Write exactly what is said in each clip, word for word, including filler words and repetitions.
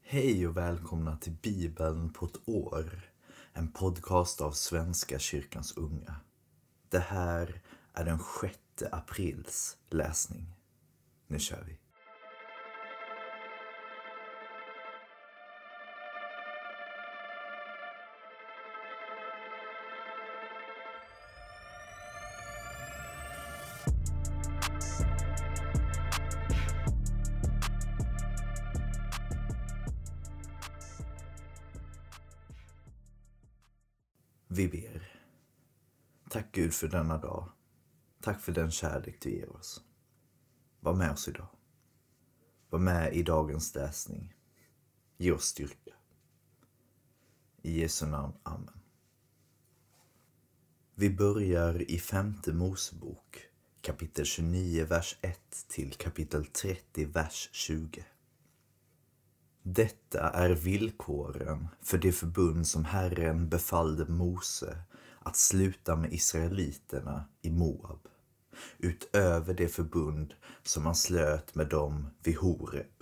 Hej och välkomna till Bibeln på ett år, en podcast av Svenska kyrkans unga. Det här är den sjätte aprils läsning. Nu kör vi. Vi ber. Tack Gud för denna dag. Tack för den kärlek du ger oss. Var med oss idag. Var med i dagens läsning. Ge oss styrka. I Jesu namn, amen. Vi börjar i femte Mosebok, kapitel tjugonio, vers ett till kapitel trettio, vers tjugo. Detta är villkoren för det förbund som Herren befallde Mose att sluta med israeliterna i Moab, utöver det förbund som han slöt med dem vid Horeb.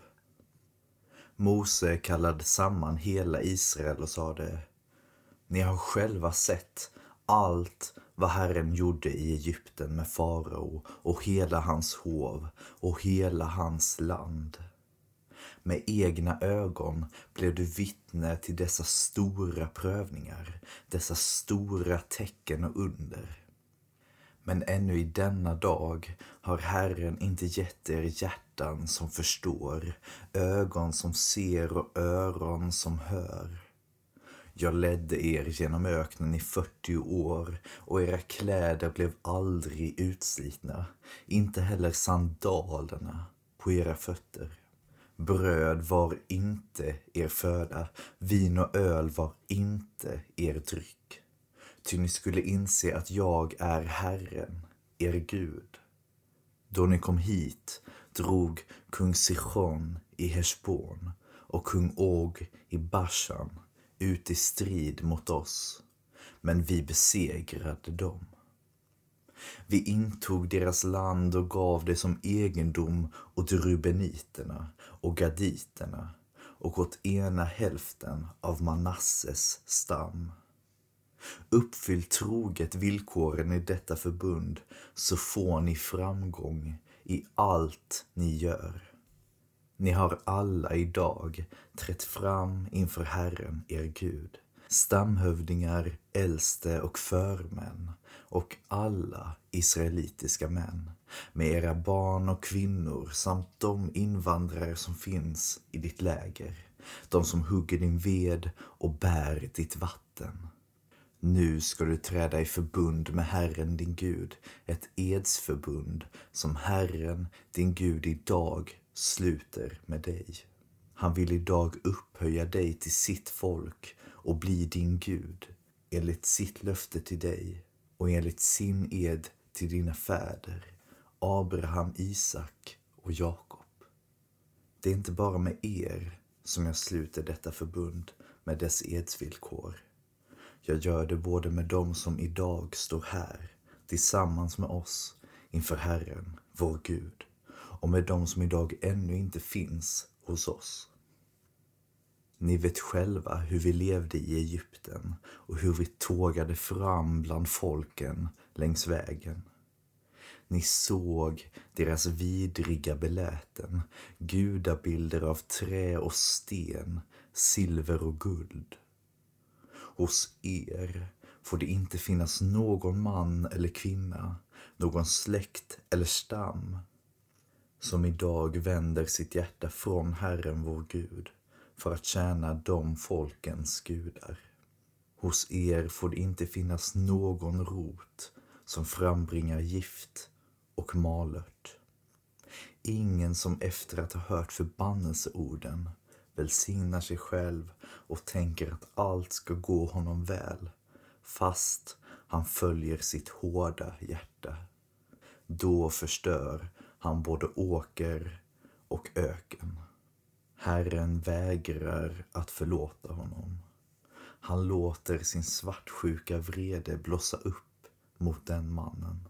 Mose kallade samman hela Israel och sade: Ni har själva sett allt vad Herren gjorde i Egypten med farao och hela hans hov och hela hans land. Med egna ögon blev du vittne till dessa stora prövningar, dessa stora tecken och under. Men ännu i denna dag har Herren inte gett er hjärtan som förstår, ögon som ser och öron som hör. Jag ledde er genom öknen i fyrtio år och era kläder blev aldrig utslitna, inte heller sandalerna på era fötter. Bröd var inte er föda, vin och öl var inte er dryck. Ty ni skulle inse att jag är Herren, er Gud. Då ni kom hit drog kung Sichon i Heshbon och kung Og i Bashan ut i strid mot oss, men vi besegrade dem. Vi intog deras land och gav det som egendom åt rubeniterna och gaditerna och åt ena hälften av Manasses stam. Uppfyll troget villkoren i detta förbund, så får ni framgång i allt ni gör. Ni har alla idag trätt fram inför Herren er Gud, stamhövdingar, äldste och förmän och alla israelitiska män, med era barn och kvinnor samt de invandrare som finns i ditt läger, de som hugger din ved och bär ditt vatten. Nu ska du träda i förbund med Herren din Gud, ett edsförbund som Herren din Gud idag sluter med dig. Han vill idag upphöja dig till sitt folk och bli din Gud, enligt sitt löfte till dig och enligt sin ed till dina fäder, Abraham, Isak och Jakob. Det är inte bara med er som jag sluter detta förbund med dess edsvillkor. Jag gör det både med dem som idag står här tillsammans med oss inför Herren, vår Gud, och med dem som idag ännu inte finns hos oss. Ni vet själva hur vi levde i Egypten och hur vi tågade fram bland folken längs vägen. Ni såg deras vidriga beläten, gudabilder av trä och sten, silver och guld. Hos er får det inte finnas någon man eller kvinna, någon släkt eller stam, som idag vänder sitt hjärta från Herren vår Gud för att tjäna de folkens gudar. Hos er får det inte finnas någon rot som frambringar gift och malört. Ingen som efter att ha hört förbannelseorden välsignar sig själv och tänker att allt ska gå honom väl, fast han följer sitt hårda hjärta. Då förstör han både åker och öken. Herren vägrar att förlåta honom. Han låter sin svartsjuka vrede blossa upp mot den mannen.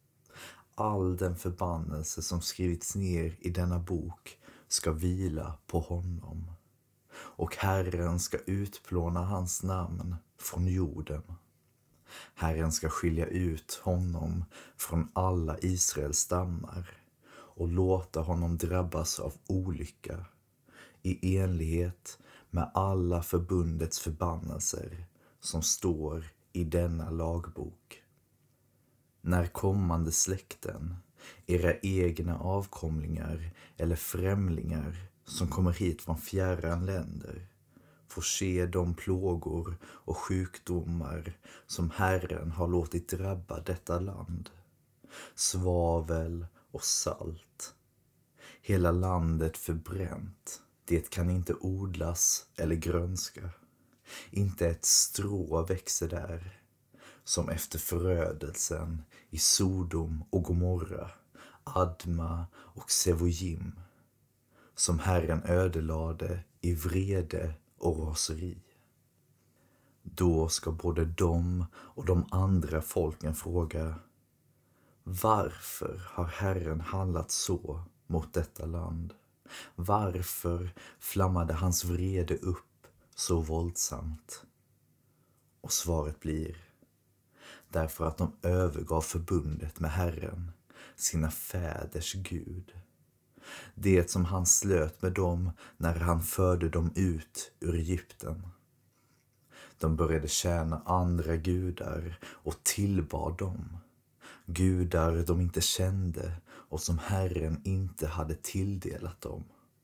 All den förbannelse som skrivits ner i denna bok ska vila på honom. och Herren ska utplåna hans namn från jorden. Herren ska skilja ut honom från alla Israels stammar och låta honom drabbas av olycka i enlighet med alla förbundets förbannelser som står i denna lagbok. När kommande släkten, era egna avkomlingar eller främlingar som kommer hit från fjärran länder, får se de plågor och sjukdomar som Herren har låtit drabba detta land, svavel och salt, hela landet förbränt, det kan inte odlas eller grönska, inte ett strå växer där, som efter förödelsen i Sodom och Gomorra, Adma och Sevojim, som Herren ödelade i vrede och raseri. Då ska både de och de andra folken fråga: varför har Herren handlat så mot detta land? Varför flammade hans vrede upp så våldsamt? Och svaret blir: därför att de övergav förbundet med Herren, sina fäders Gud. Det som han slöt med dem när han förde dem ut ur Egypten. De började tjäna andra gudar och tillbad dem. Gudar de inte kände och som Herren inte hade tilldelat dem.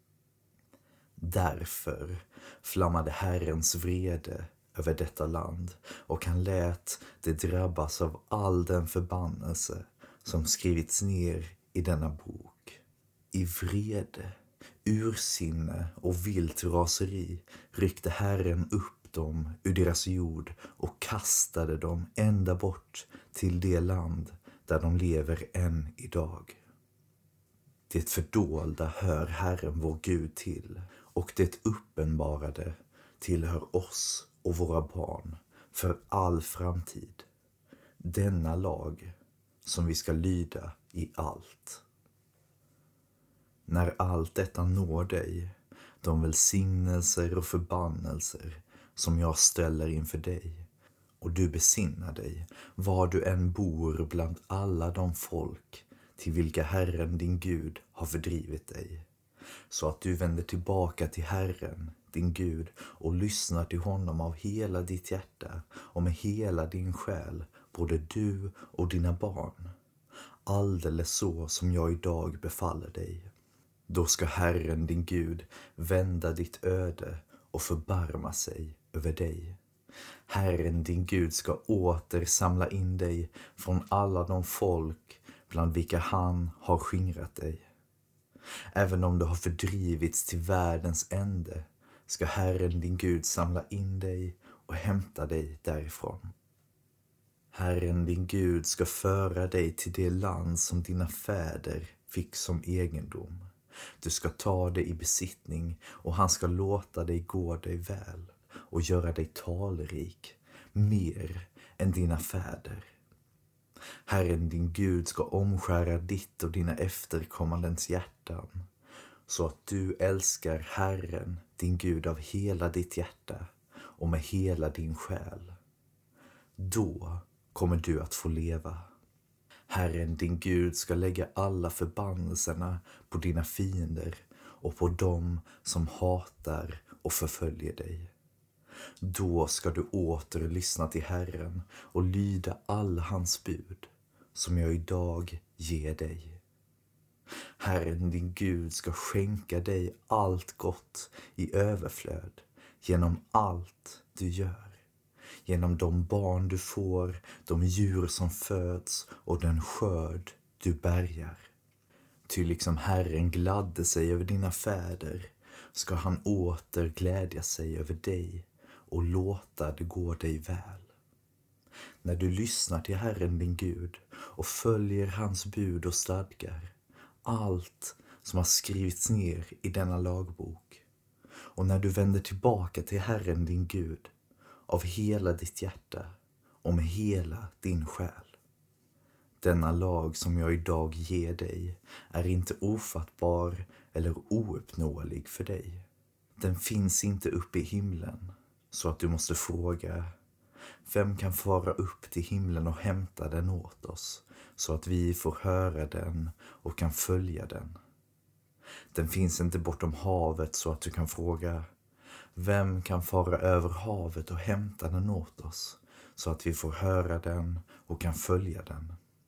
Därför flammade Herrens vrede över detta land och han lät det drabbas av all den förbannelse som skrivits ner i denna bok. I vrede, ursinne och vilt raseri ryckte Herren upp dem ur deras jord och kastade dem ända bort till det land där de lever än idag. Det fördolda hör Herren vår Gud till, och det uppenbarade tillhör oss och våra barn för all framtid. Denna lag som vi ska lyda i allt. När allt detta når dig, de välsignelser och förbannelser som jag ställer inför dig, och du besinnar dig, var du än bor bland alla de folk till vilka Herren din Gud har fördrivit dig, så att du vänder tillbaka till Herren din Gud och lyssnar till honom av hela ditt hjärta och med hela din själ, både du och dina barn, alldeles så som jag idag befaller dig. Då ska Herren din Gud vända ditt öde och förbarma sig över dig. Herren din Gud ska åter samla in dig från alla de folk bland vilka han har skingrat dig. Även om du har fördrivits till världens ände ska Herren din Gud samla in dig och hämta dig därifrån. Herren din Gud ska föra dig till det land som dina fäder fick som egendom. Du ska ta det i besittning och han ska låta dig gå dig väl och göra dig talrik mer än dina fäder. Herren din Gud ska omskära ditt och dina efterkommandens hjärtan, så att du älskar Herren din Gud av hela ditt hjärta och med hela din själ. Då kommer du att få leva. Herren din Gud ska lägga alla förbannelserna på dina fiender och på dem som hatar och förföljer dig. Då ska du åter lyssna till Herren och lyda alla hans bud som jag idag ger dig. Herren din Gud ska skänka dig allt gott i överflöd genom allt du gör. Genom de barn du får, de djur som föds och den skörd du bärgar. Ty liksom Herren gladde sig över dina fäder ska han åter glädja sig över dig och låta det gå dig väl. När du lyssnar till Herren din Gud och följer hans bud och stadgar, allt som har skrivits ner i denna lagbok, och när du vänder tillbaka till Herren din Gud av hela ditt hjärta och med hela din själ. Denna lag som jag idag ger dig är inte ofattbar eller ouppnåelig för dig. Den finns inte uppe i himlen, så att du måste fråga: vem kan fara upp till himlen och hämta den åt oss, så att vi får höra den och kan följa den? Den finns inte bortom havet, så att du kan fråga: vem kan fara över havet och hämta den åt oss, så att vi får höra den och kan följa den?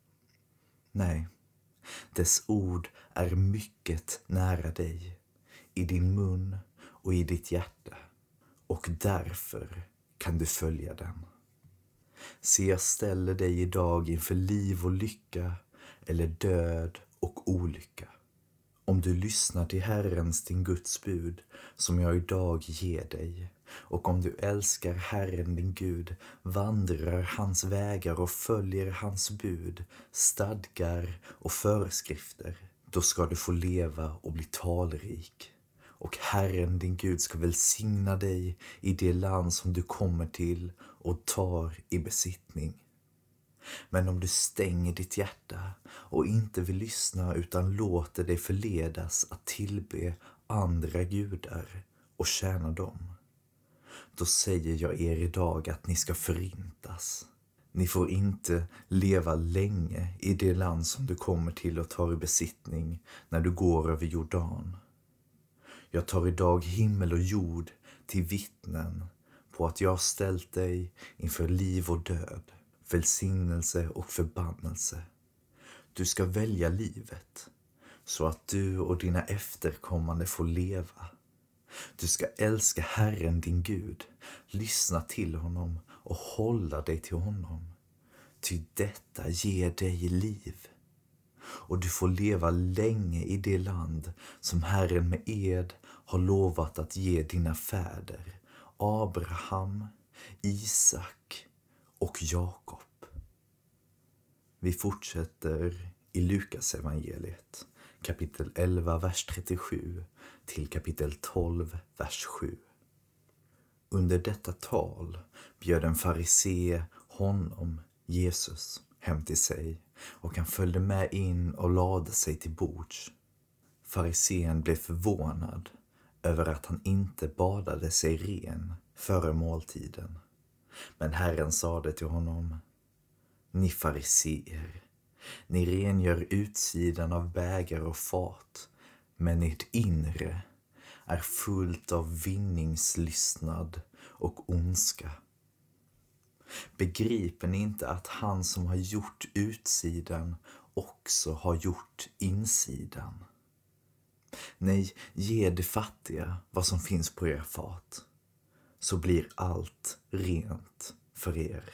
Nej, dess ord är mycket nära dig, i din mun och i ditt hjärta, och därför kan du följa den. Se, jag ställer dig idag inför liv och lycka, eller död och olycka. Om du lyssnar till Herrens, din Guds bud, som jag idag ger dig, och om du älskar Herren din Gud, vandrar hans vägar och följer hans bud, stadgar och föreskrifter, då ska du få leva och bli talrik. Och Herren din Gud ska välsigna dig i det land som du kommer till och tar i besittning. Men om du stänger ditt hjärta och inte vill lyssna utan låter dig förledas att tillbe andra gudar och tjäna dem, då säger jag er idag att ni ska förintas. Ni får inte leva länge i det land som du kommer till och tar i besittning när du går över Jordan. Jag tar idag himmel och jord till vittnen på att jag har ställt dig inför liv och död, välsignelse och förbannelse. Du ska välja livet, så att du och dina efterkommande får leva. Du ska älska Herren din Gud, lyssna till honom och hålla dig till honom. Ty detta ger dig liv. Och du får leva länge i det land som Herren med ed har lovat att ge dina fäder, Abraham, Isak och Jakob. Vi fortsätter i Lukas evangeliet, kapitel elva, vers trettiosju till kapitel tolv, vers sju. Under detta tal bjöd en farisé honom, Jesus, hem till sig, och han följde med in och lade sig till bords. Farisén blev förvånad över att han inte badade sig ren före måltiden. Men Herren sade till honom: ni fariseer, ni rengör utsidan av bägare och fat, men ert inre är fullt av vinningslystnad och ondska. Begriper ni inte att han som har gjort utsidan också har gjort insidan? Nej, ge de fattiga vad som finns på er fat, så blir allt rent för er.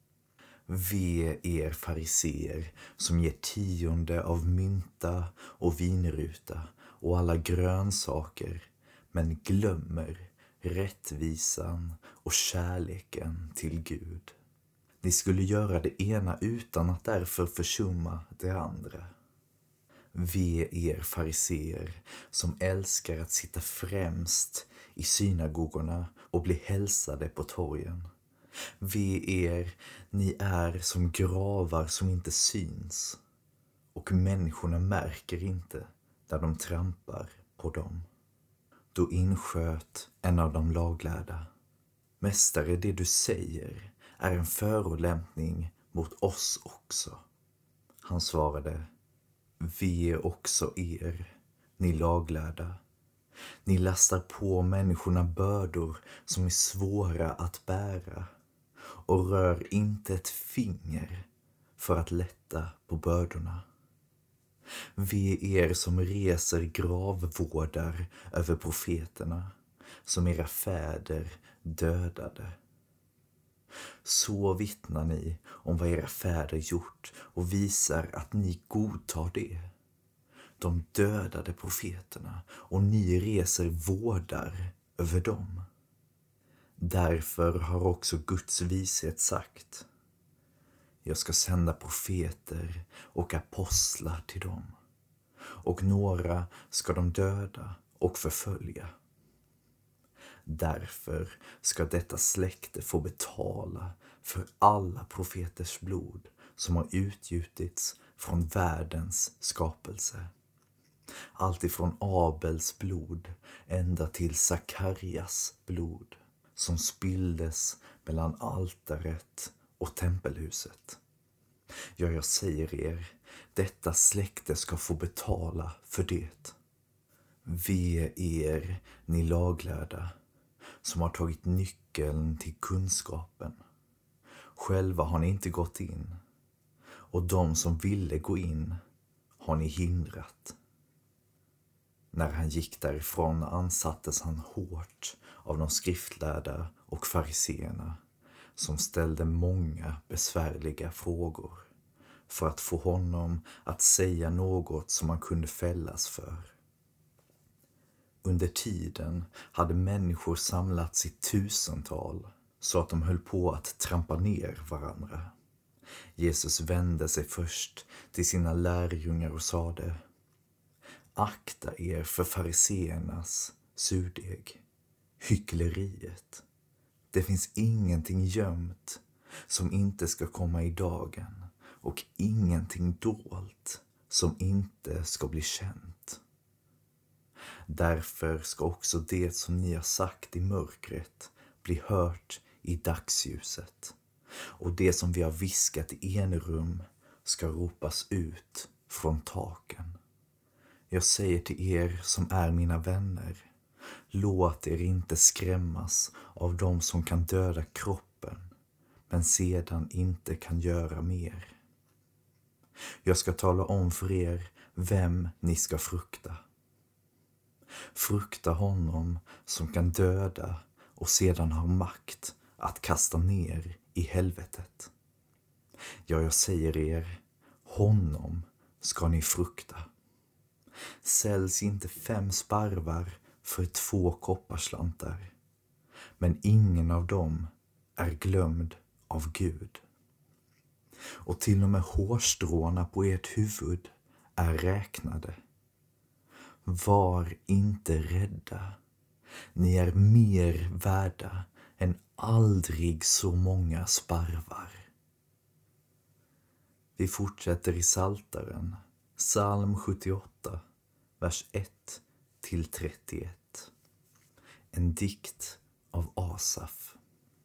Ve er fariseer som ger tionde av mynta och vinruta och alla grönsaker, men glömmer rättvisan och kärleken till Gud. Ni skulle göra det ena utan att därför försumma det andra. Ve er fariseer som älskar att sitta främst i synagogorna och bli hälsade på torgen. Ve er, ni är som gravar som inte syns, och människorna märker inte när de trampar på dem. Då insköt en av de laglärda: mästare, det du säger är en förolämpning mot oss också. Han svarade: ve också er, ni laglärda. Ni lastar på människorna bördor som är svåra att bära och rör inte ett finger för att lätta på bördorna. Ve er som reser gravvårdar över profeterna, som era fäder dödade. Så vittnar ni om vad era fäder gjort och visar att ni godtar det. De dödade profeterna och ni reser vårdar över dem. Därför har också Guds vishet sagt: jag ska sända profeter och apostlar till dem, och några ska de döda och förfölja. Därför ska detta släkte få betala för alla profeters blod som har utgjutits från världens skapelse. Allt ifrån Abels blod ända till Sakarias blod som spilldes mellan altaret och tempelhuset. Ja, jag säger er, detta släkte ska få betala för det. Ve er, ni laglärda, som har tagit nyckeln till kunskapen. Själva har ni inte gått in, och de som ville gå in har ni hindrat. När han gick därifrån ansattes han hårt av de skriftlärda och fariseerna, som ställde många besvärliga frågor för att få honom att säga något som man kunde fällas för. Under tiden hade människor samlats i tusental så att de höll på att trampa ner varandra. Jesus vände sig först till sina lärjungar och sade: akta er för fariseernas surdeg, hyckleriet. Det finns ingenting gömt som inte ska komma i dagen och ingenting dolt som inte ska bli känt. Därför ska också det som ni har sagt i mörkret bli hört i dagsljuset, och det som vi har viskat i enrum ska ropas ut från taken. Jag säger till er som är mina vänner, låt er inte skrämmas av dem som kan döda kroppen, men sedan inte kan göra mer. Jag ska tala om för er vem ni ska frukta. Frukta honom som kan döda och sedan har makt att kasta ner i helvetet. Ja, jag säger er, honom ska ni frukta. Säljs inte fem sparvar för två kopparslantar, men ingen av dem är glömd av Gud. Och till och med hårstråna på ert huvud är räknade. Var inte rädda, ni är mer värda än aldrig så många sparvar. Vi fortsätter i Psaltaren, psalm sjuttioåtta, vers ett till trettioett. En dikt av Asaf.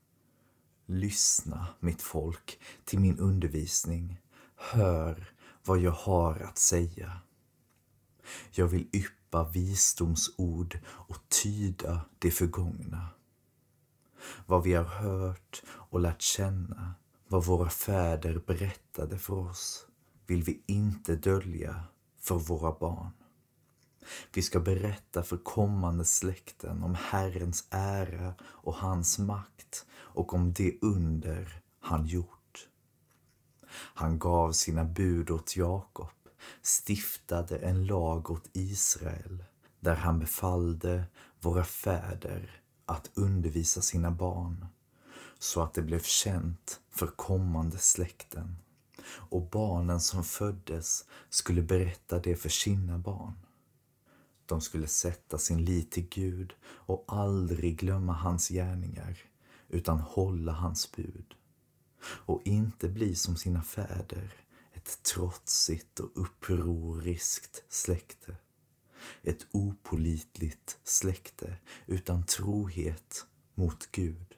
Lyssna, mitt folk, till min undervisning. Hör vad jag har att säga. Jag vill yppa visdomsord och tyda det förgångna. Vad vi har hört och lärt känna, vad våra fäder berättade för oss, vill vi inte dölja för våra barn. Vi ska berätta för kommande släkten om Herrens ära och hans makt och om det under han gjort. Han gav sina bud åt Jakob, stiftade en lag åt Israel, där han befallde våra fäder att undervisa sina barn, så att det blev känt för kommande släkten, och barnen som föddes skulle berätta det för sina barn. De skulle sätta sin lit till Gud och aldrig glömma hans gärningar, utan hålla hans bud, och inte bli som sina fäder, ett trotsigt och upproriskt släkte, ett opålitligt släkte utan trohet mot Gud.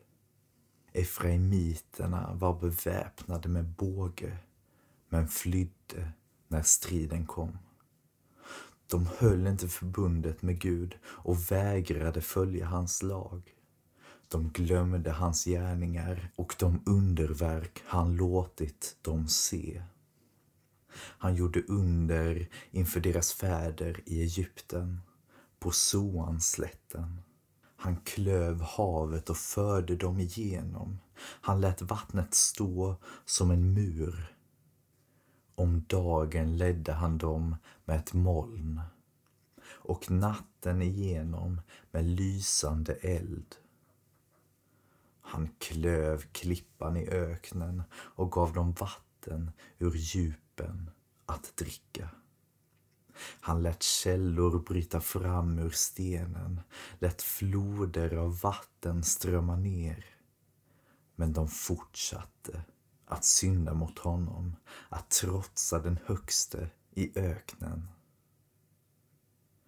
Efraimiterna var beväpnade med båge, men flydde när striden kom. De höll inte förbundet med Gud och vägrade följa hans lag. De glömde hans gärningar och de underverk han låtit dem se. Han gjorde under inför deras fäder i Egypten, på Soanslätten. Han klöv havet och förde dem igenom. Han lät vattnet stå som en mur. Om dagen ledde han dem med ett moln, och natten igenom med lysande eld. Han klöv klippan i öknen och gav dem vatten ur djupen att dricka. Han lät källor bryta fram ur stenen, lät floder av vatten strömma ner. Men de fortsatte att synda mot honom, att trotsa den högste i öknen.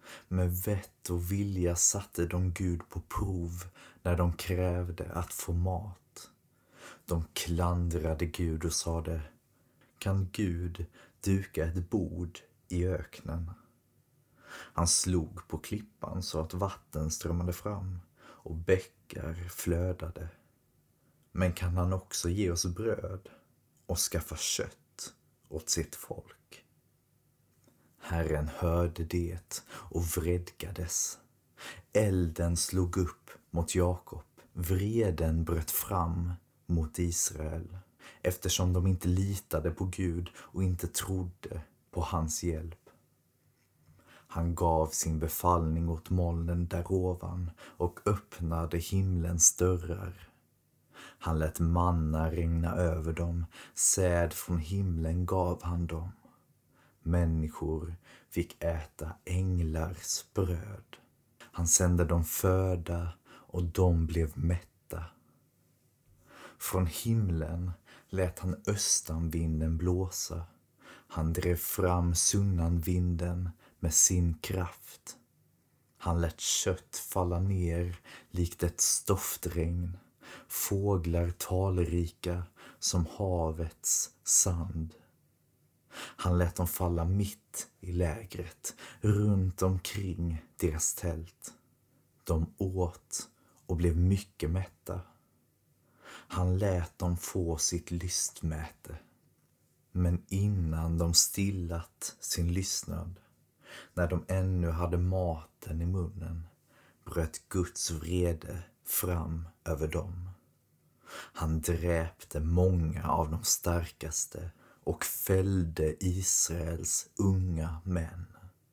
Med vett och vilja satte de Gud på prov när de krävde att få mat. De klandrade Gud och sade: kan Gud duka ett bord i öknen? Han slog på klippan så att vatten strömmade fram och bäckar flödade. Men kan han också ge oss bröd och skaffa kött åt sitt folk? Herren hörde det och vredgades. Elden slog upp mot Jakob. Vreden bröt fram mot Israel, eftersom de inte litade på Gud och inte trodde på hans hjälp. Han gav sin befallning åt molnen där ovan och öppnade himlens dörrar. Han lät manna regna över dem, säd från himlen gav han dem. Människor fick äta änglars bröd. Han sände dem föda och de blev mätta. Från himlen lät han östanvinden blåsa. Han drev fram sunnanvinden med sin kraft. Han lät kött falla ner likt ett stoftregn. Fåglar talrika som havets sand. Han lät dem falla mitt i lägret, runt omkring deras tält. De åt och blev mycket mätta. Han lät dem få sitt lystmäte. Men innan de stillat sin lystnad, när de ännu hade maten i munnen, bröt Guds vrede fram över dem. Han dräpte många av de starkaste och fällde Israels unga män.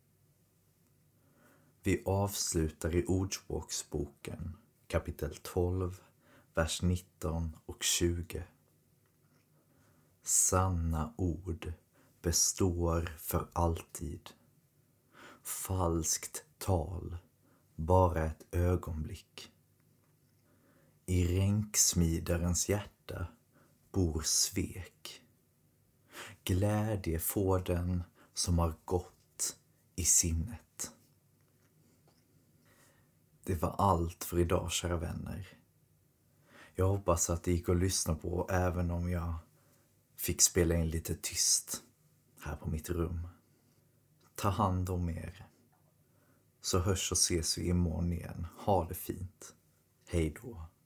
Vi avslutar i Ordspråksboken kapitel tolv, vers nitton och tjugo. Sanna ord består för alltid. Falskt tal bara ett ögonblick. I ränksmidarens hjärta bor svek. Glädje får den som har gått i sinnet. Det var allt för idag, kära vänner. Jag hoppas att det gick att lyssna på även om jag fick spela in lite tyst här på mitt rum. Ta hand om er. Så hörs och ses vi imorgon igen. Ha det fint. Hej då.